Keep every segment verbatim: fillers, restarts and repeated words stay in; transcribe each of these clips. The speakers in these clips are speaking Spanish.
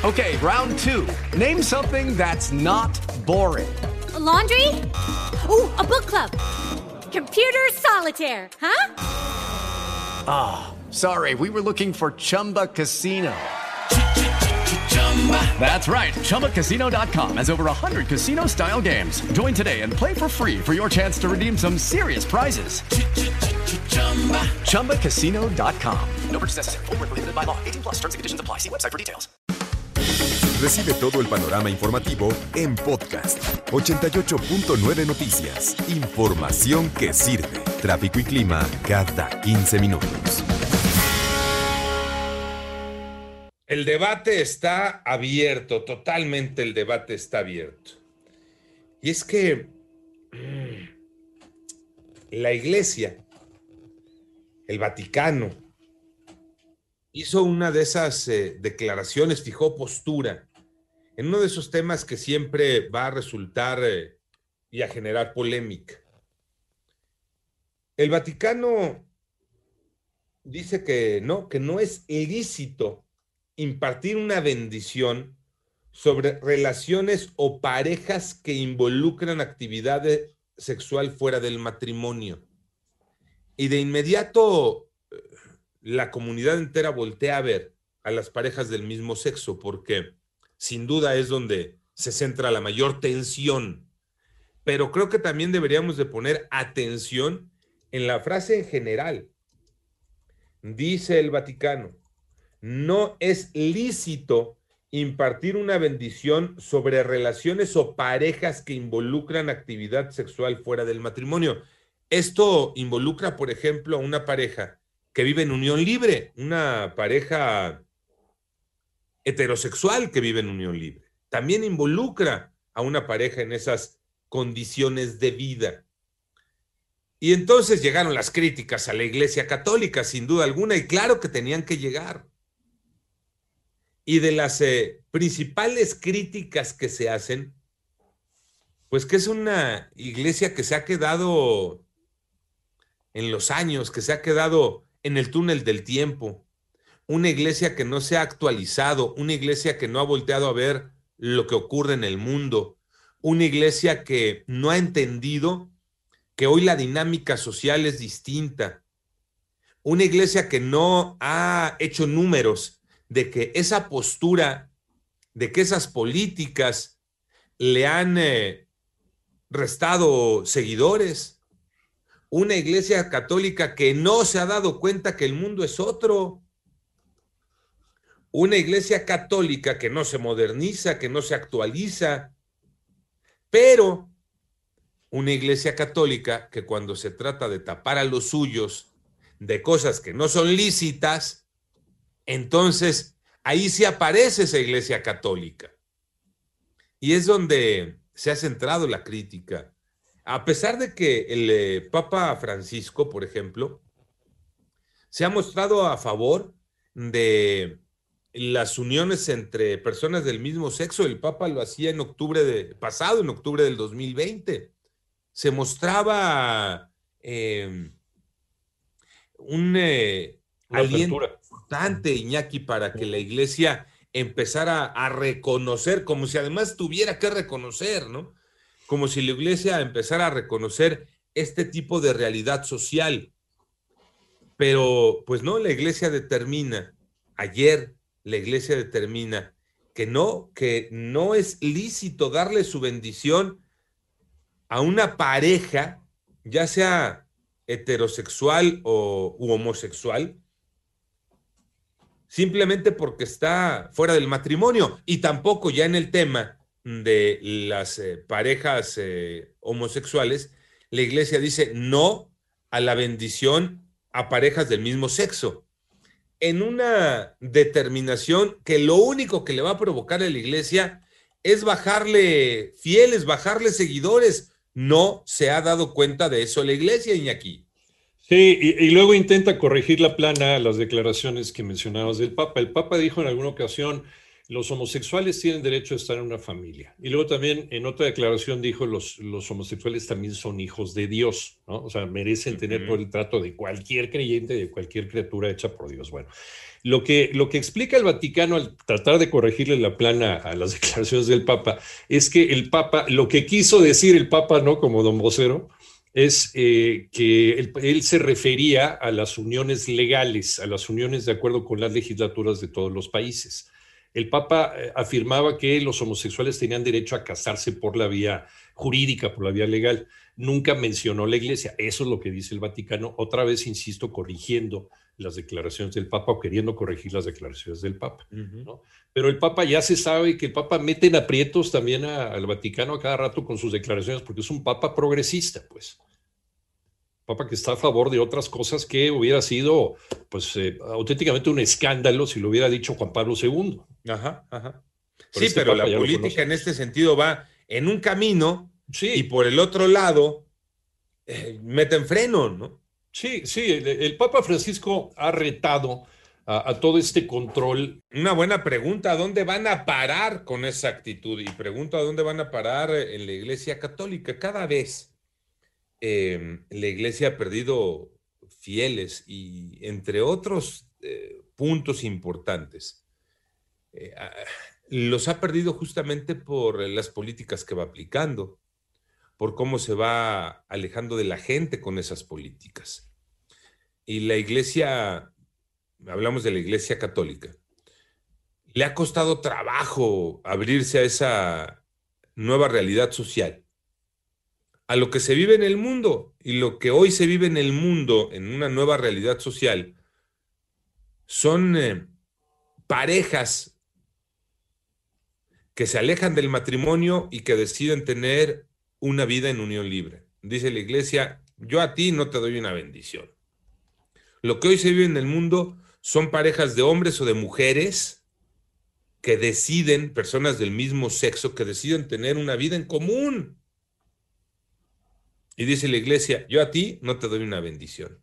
Okay, round two. Name something that's not boring. A laundry? Ooh, a book club. Computer solitaire, huh? Ah, oh, sorry, we were looking for Chumba Casino. That's right, Chumba Casino dot com has over one hundred casino-style games. Join today and play for free for your chance to redeem some serious prizes. Chumba Casino dot com. No purchase necessary. Void where prohibited by law. eighteen plus terms and conditions apply. See website for details. Recibe todo el panorama informativo en podcast. ochenta y ocho punto nueve Noticias. Información que sirve. Tráfico y clima cada quince minutos. El debate está abierto, totalmente el debate está abierto. Y es que mmm, la Iglesia, el Vaticano, hizo una de esas eh, declaraciones, fijó postura en uno de esos temas que siempre va a resultar eh, y a generar polémica. El Vaticano dice que no, que no es ilícito impartir una bendición sobre relaciones o parejas que involucran actividad sexual fuera del matrimonio. Y de inmediato la comunidad entera voltea a ver a las parejas del mismo sexo, porque sin duda es donde se centra la mayor tensión. Pero creo que también deberíamos de poner atención en la frase en general. Dice el Vaticano: no es lícito impartir una bendición sobre relaciones o parejas que involucran actividad sexual fuera del matrimonio. Esto involucra, por ejemplo, a una pareja que vive en unión libre, una pareja heterosexual que vive en unión libre. También involucra a una pareja en esas condiciones de vida. Y entonces llegaron las críticas a la Iglesia Católica, sin duda alguna, y claro que tenían que llegar. Y de las eh, principales críticas que se hacen, pues que es una iglesia que se ha quedado en los años, que se ha quedado en el túnel del tiempo, una iglesia que no se ha actualizado, una iglesia que no ha volteado a ver lo que ocurre en el mundo, una iglesia que no ha entendido que hoy la dinámica social es distinta, una iglesia que no ha hecho números de que esa postura, de que esas políticas le han eh, restado seguidores. Una iglesia católica que no se ha dado cuenta que el mundo es otro. Una iglesia católica que no se moderniza, que no se actualiza. Pero una iglesia católica que cuando se trata de tapar a los suyos de cosas que no son lícitas, entonces ahí sí aparece esa iglesia católica. Y es donde se ha centrado la crítica. A pesar de que el eh, Papa Francisco, por ejemplo, se ha mostrado a favor de las uniones entre personas del mismo sexo. El Papa lo hacía en octubre de, pasado, en octubre del dos mil veinte. Se mostraba eh, un eh, aliento importante, Iñaki, para que la iglesia empezara a reconocer, como si además tuviera que reconocer, ¿no? Como si la iglesia empezara a reconocer este tipo de realidad social. Pero, pues no, la iglesia determina, ayer la iglesia determina que no, que no es lícito darle su bendición a una pareja, ya sea heterosexual o u homosexual, simplemente porque está fuera del matrimonio. Y tampoco ya en el tema de las eh, parejas eh, homosexuales, la iglesia dice no a la bendición a parejas del mismo sexo, en una determinación que lo único que le va a provocar a la iglesia es bajarle fieles, bajarle seguidores. No se ha dado cuenta de eso la iglesia, Iñaki. Sí, y, y luego intenta corregir la plana a las declaraciones que mencionabas del Papa. El Papa dijo en alguna ocasión los homosexuales tienen derecho a estar en una familia. Y luego también en otra declaración dijo, los, los homosexuales también son hijos de Dios, ¿no? O sea, merecen uh-huh. tener todo el trato de cualquier creyente, de cualquier criatura hecha por Dios. Bueno, lo que, lo que explica el Vaticano al tratar de corregirle la plana a las declaraciones del Papa es que el Papa, lo que quiso decir el Papa, ¿no? Como don vocero, es eh, que él, él se refería a las uniones legales, a las uniones de acuerdo con las legislaturas de todos los países. El Papa afirmaba que los homosexuales tenían derecho a casarse por la vía jurídica, por la vía legal. Nunca mencionó la Iglesia. Eso es lo que dice el Vaticano. Otra vez, insisto, corrigiendo las declaraciones del Papa o queriendo corregir las declaraciones del Papa, uh-huh. ¿no? Pero el Papa ya se sabe que el Papa mete en aprietos también a, al Vaticano a cada rato con sus declaraciones, porque es un Papa progresista, pues. Papa que está a favor de otras cosas que hubiera sido, pues, eh, auténticamente un escándalo si lo hubiera dicho Juan Pablo segundo. Ajá, ajá. Pero sí, este pero Papa la política en este sentido va en un camino sí. y por el otro lado eh, meten freno, ¿no? Sí, sí, el, el Papa Francisco ha retado a, a todo este control. Una buena pregunta, ¿a dónde van a parar con esa actitud? Y pregunto, ¿a dónde van a parar en la Iglesia Católica? Cada vez eh, la Iglesia ha perdido fieles y entre otros eh, puntos importantes, eh, los ha perdido justamente por las políticas que va aplicando, por cómo se va alejando de la gente con esas políticas. Y la Iglesia, hablamos de la Iglesia Católica, le ha costado trabajo abrirse a esa nueva realidad social, a lo que se vive en el mundo. Y lo que hoy se vive en el mundo, en una nueva realidad social, son eh, parejas que se alejan del matrimonio y que deciden tener una vida en unión libre. Dice la Iglesia, yo a ti no te doy una bendición. Lo que hoy se vive en el mundo son parejas de hombres o de mujeres que deciden, personas del mismo sexo, que deciden tener una vida en común. Y dice la Iglesia, yo a ti no te doy una bendición.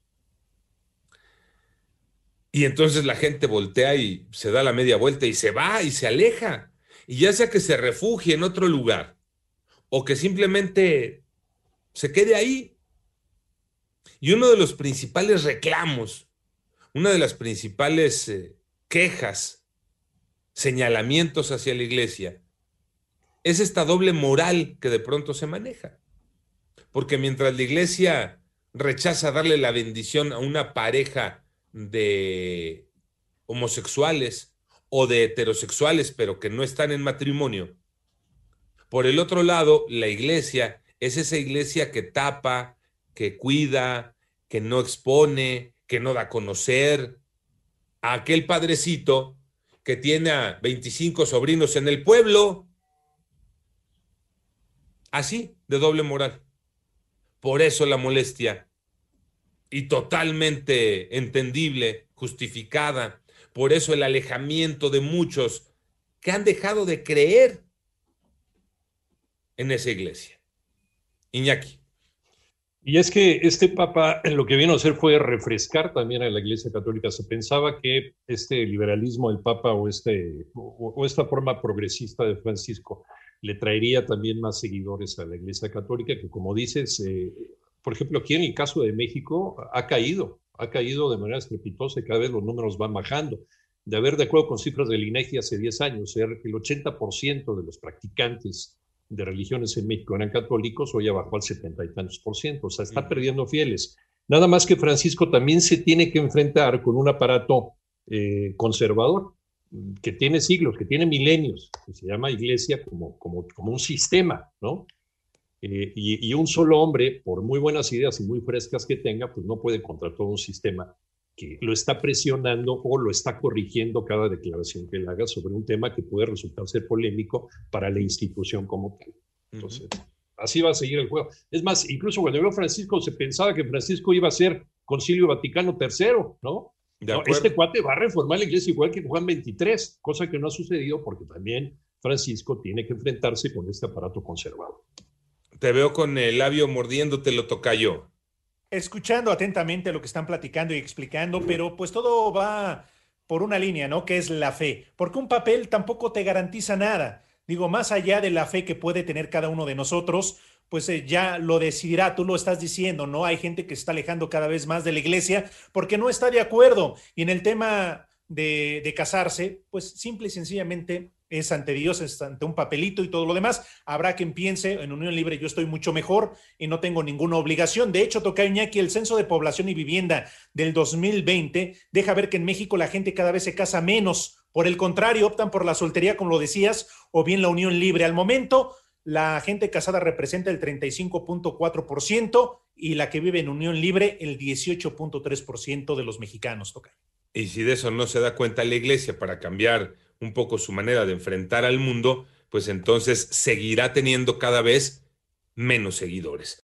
Y entonces la gente voltea y se da la media vuelta y se va y se aleja. Y ya sea que se refugie en otro lugar o que simplemente se quede ahí. Y uno de los principales reclamos, una de las principales eh, quejas, señalamientos hacia la Iglesia, es esta doble moral que de pronto se maneja. Porque mientras la Iglesia rechaza darle la bendición a una pareja de homosexuales o de heterosexuales, pero que no están en matrimonio, por el otro lado, la Iglesia es esa Iglesia que tapa, que cuida, que no expone, que no da a conocer a aquel padrecito que tiene a veinticinco sobrinos en el pueblo. Así, de doble moral. Por eso la molestia, y totalmente entendible, justificada. Por eso el alejamiento de muchos que han dejado de creer en esa iglesia. Iñaki. Y es que este Papa lo que vino a hacer fue refrescar también a la Iglesia Católica. Se pensaba que este liberalismo del Papa o, este, o, o esta forma progresista de Francisco le traería también más seguidores a la Iglesia Católica, que como dices, eh, por ejemplo, aquí en el caso de México ha caído, ha caído de manera estrepitosa y cada vez los números van bajando. De haber, de acuerdo con cifras del INEGI hace diez años, el ochenta por ciento de los practicantes de religiones en México eran católicos, hoy ya bajó al setenta y tantos por ciento, o sea, está perdiendo fieles. Nada más que Francisco también se tiene que enfrentar con un aparato eh, conservador, que tiene siglos, que tiene milenios, que se llama Iglesia como, como, como un sistema, ¿no? Eh, y, y un solo hombre, por muy buenas ideas y muy frescas que tenga, pues no puede contra todo un sistema que lo está presionando o lo está corrigiendo cada declaración que él haga sobre un tema que puede resultar ser polémico para la institución como tal. Entonces, uh-huh. así va a seguir el juego. Es más, incluso cuando vio a Francisco, se pensaba que Francisco iba a ser Concilio Vaticano tercero, ¿no? No, este cuate va a reformar la iglesia igual que Juan veintitrés, cosa que no ha sucedido porque también Francisco tiene que enfrentarse con este aparato conservador. Te veo con el labio mordiéndote, lo tocayo. Escuchando atentamente lo que están platicando y explicando, pero pues todo va por una línea, ¿no? Que es la fe, porque un papel tampoco te garantiza nada. Digo, más allá de la fe que puede tener cada uno de nosotros, pues eh, ya lo decidirá, tú lo estás diciendo, ¿no? Hay gente que se está alejando cada vez más de la iglesia porque no está de acuerdo. Y en el tema de, de casarse, pues simple y sencillamente es ante Dios, es ante un papelito y todo lo demás. Habrá quien piense, en unión libre yo estoy mucho mejor y no tengo ninguna obligación. De hecho, toca Iñaki, el Censo de Población y Vivienda del dos mil veinte deja ver que en México la gente cada vez se casa menos. Por el contrario, optan por la soltería, como lo decías, o bien la unión libre. Al momento, la gente casada representa el treinta y cinco punto cuatro por ciento y la que vive en unión libre el dieciocho punto tres por ciento de los mexicanos. Toca. Y si de eso no se da cuenta la iglesia para cambiar un poco su manera de enfrentar al mundo, pues entonces seguirá teniendo cada vez menos seguidores.